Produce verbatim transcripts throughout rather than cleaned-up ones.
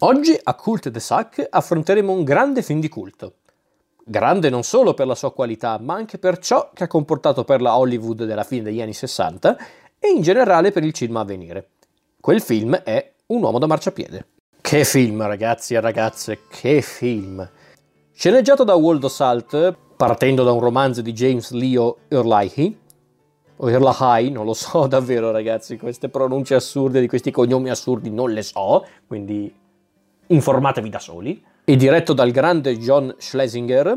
Oggi a Cult de Sac affronteremo un grande film di culto. Grande non solo per la sua qualità, ma anche per ciò che ha comportato per la Hollywood della fine degli anni sessanta e in generale per il cinema a venire. Quel film è Un uomo da marciapiede. Che film, ragazzi e ragazze, che film! Sceneggiato da Waldo Salt, partendo da un romanzo di James Leo Erlahi, o Erlahai, non lo so davvero ragazzi, queste pronunce assurde di questi cognomi assurdi non le so, quindi informatevi da soli. E diretto dal grande John Schlesinger,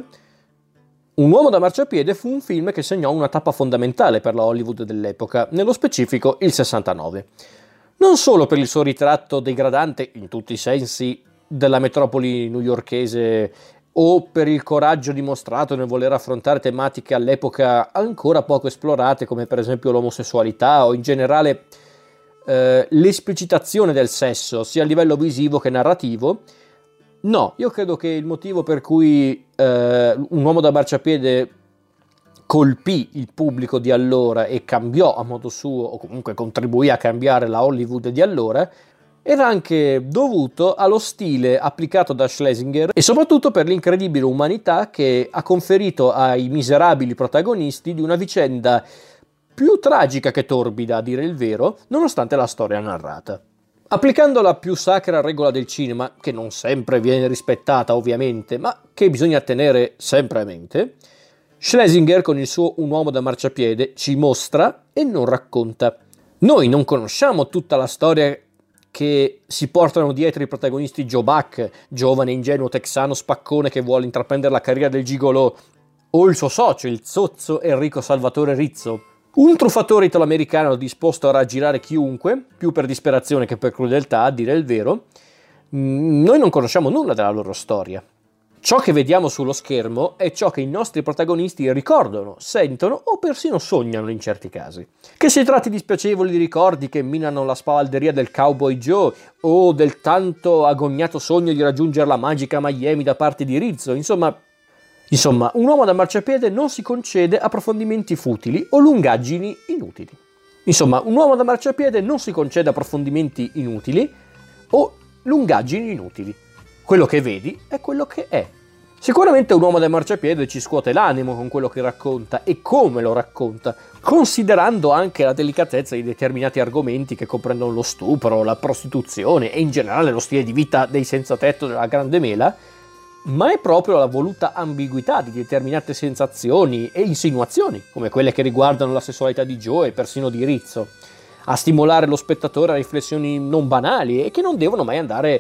Un uomo da marciapiede fu un film che segnò una tappa fondamentale per la Hollywood dell'epoca, nello specifico il sessantanove. Non solo per il suo ritratto degradante, in tutti i sensi, della metropoli newyorkese o per il coraggio dimostrato nel voler affrontare tematiche all'epoca ancora poco esplorate, come per esempio l'omosessualità o in generale eh, l'esplicitazione del sesso, sia a livello visivo che narrativo. No, io credo che il motivo per cui eh, Un uomo da marciapiede colpì il pubblico di allora e cambiò a modo suo, o comunque contribuì a cambiare la Hollywood di allora, era anche dovuto allo stile applicato da Schlesinger e soprattutto per l'incredibile umanità che ha conferito ai miserabili protagonisti di una vicenda più tragica che torbida, a dire il vero, nonostante la storia narrata. Applicando la più sacra regola del cinema, che non sempre viene rispettata ovviamente, ma che bisogna tenere sempre a mente, Schlesinger con il suo Un uomo da marciapiede ci mostra e non racconta. Noi non conosciamo tutta la storia che si portano dietro i protagonisti Joe Buck, giovane ingenuo texano spaccone che vuole intraprendere la carriera del gigolò, o il suo socio, il zozzo Enrico Salvatore Rizzo, un truffatore italoamericano disposto a raggirare chiunque, più per disperazione che per crudeltà, a dire il vero. Noi non conosciamo nulla della loro storia. Ciò che vediamo sullo schermo è ciò che i nostri protagonisti ricordano, sentono o persino sognano in certi casi. Che si tratti di spiacevoli ricordi che minano la spavalderia del Cowboy Joe o del tanto agognato sogno di raggiungere la magica Miami da parte di Rizzo, insomma... Insomma, Un uomo da marciapiede non si concede approfondimenti futili o lungaggini inutili. Insomma, Un uomo da marciapiede non si concede approfondimenti inutili o lungaggini inutili. Quello che vedi è quello che è. Sicuramente Un uomo da marciapiede ci scuote l'animo con quello che racconta e come lo racconta, considerando anche la delicatezza di determinati argomenti che comprendono lo stupro, la prostituzione e in generale lo stile di vita dei senza tetto della Grande Mela, ma è proprio la voluta ambiguità di determinate sensazioni e insinuazioni, come quelle che riguardano la sessualità di Joe e persino di Rizzo, a stimolare lo spettatore a riflessioni non banali e che non devono mai andare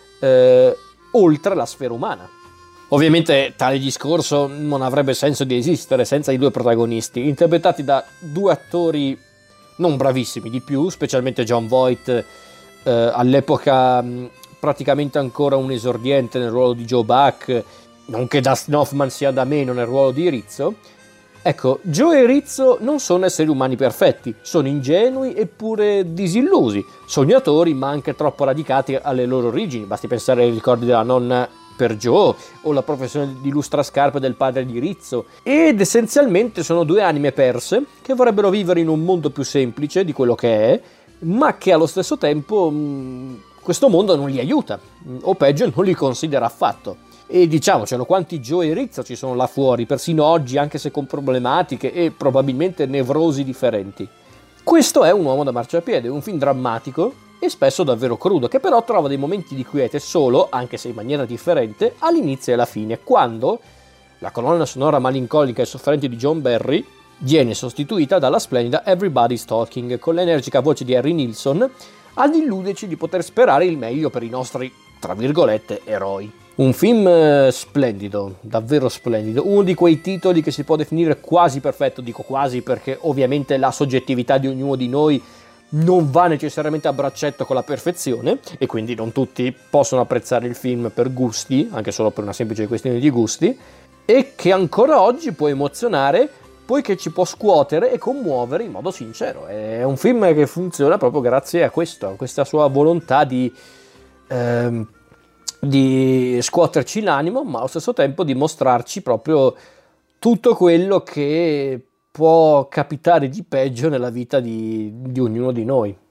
eh, oltre la sfera umana. Ovviamente tale discorso non avrebbe senso di esistere senza i due protagonisti, interpretati da due attori non bravissimi di più, specialmente Jon Voight, eh, all'epoca mh, praticamente ancora un esordiente nel ruolo di Joe Buck, nonché Dustin Hoffman sia da meno nel ruolo di Rizzo. Ecco, Joe e Rizzo non sono esseri umani perfetti, sono ingenui eppure disillusi, sognatori ma anche troppo radicati alle loro origini, basti pensare ai ricordi della nonna per Joe o la professione di lustrascarpe del padre di Rizzo, ed essenzialmente sono due anime perse che vorrebbero vivere in un mondo più semplice di quello che è, ma che allo stesso tempo mh, questo mondo non li aiuta, o peggio non li considera affatto. E diciamocelo, quanti Joe e Rizzo ci sono là fuori, persino oggi, anche se con problematiche e probabilmente nevrosi differenti. Questo è Un uomo da marciapiede, un film drammatico e spesso davvero crudo, che però trova dei momenti di quiete solo, anche se in maniera differente, all'inizio e alla fine, quando la colonna sonora malinconica e sofferente di John Barry viene sostituita dalla splendida Everybody's Talking, con l'energica voce di Harry Nilsson, ad illuderci di poter sperare il meglio per i nostri, tra virgolette, eroi. Un film eh, splendido, davvero splendido, uno di quei titoli che si può definire quasi perfetto, dico quasi perché ovviamente la soggettività di ognuno di noi non va necessariamente a braccetto con la perfezione e quindi non tutti possono apprezzare il film per gusti, anche solo per una semplice questione di gusti, e che ancora oggi può emozionare poiché ci può scuotere e commuovere in modo sincero. È un film che funziona proprio grazie a questo, a questa sua volontà di, ehm, di scuoterci l'animo, ma allo stesso tempo di mostrarci proprio tutto quello che può capitare di peggio nella vita di, di ognuno di noi.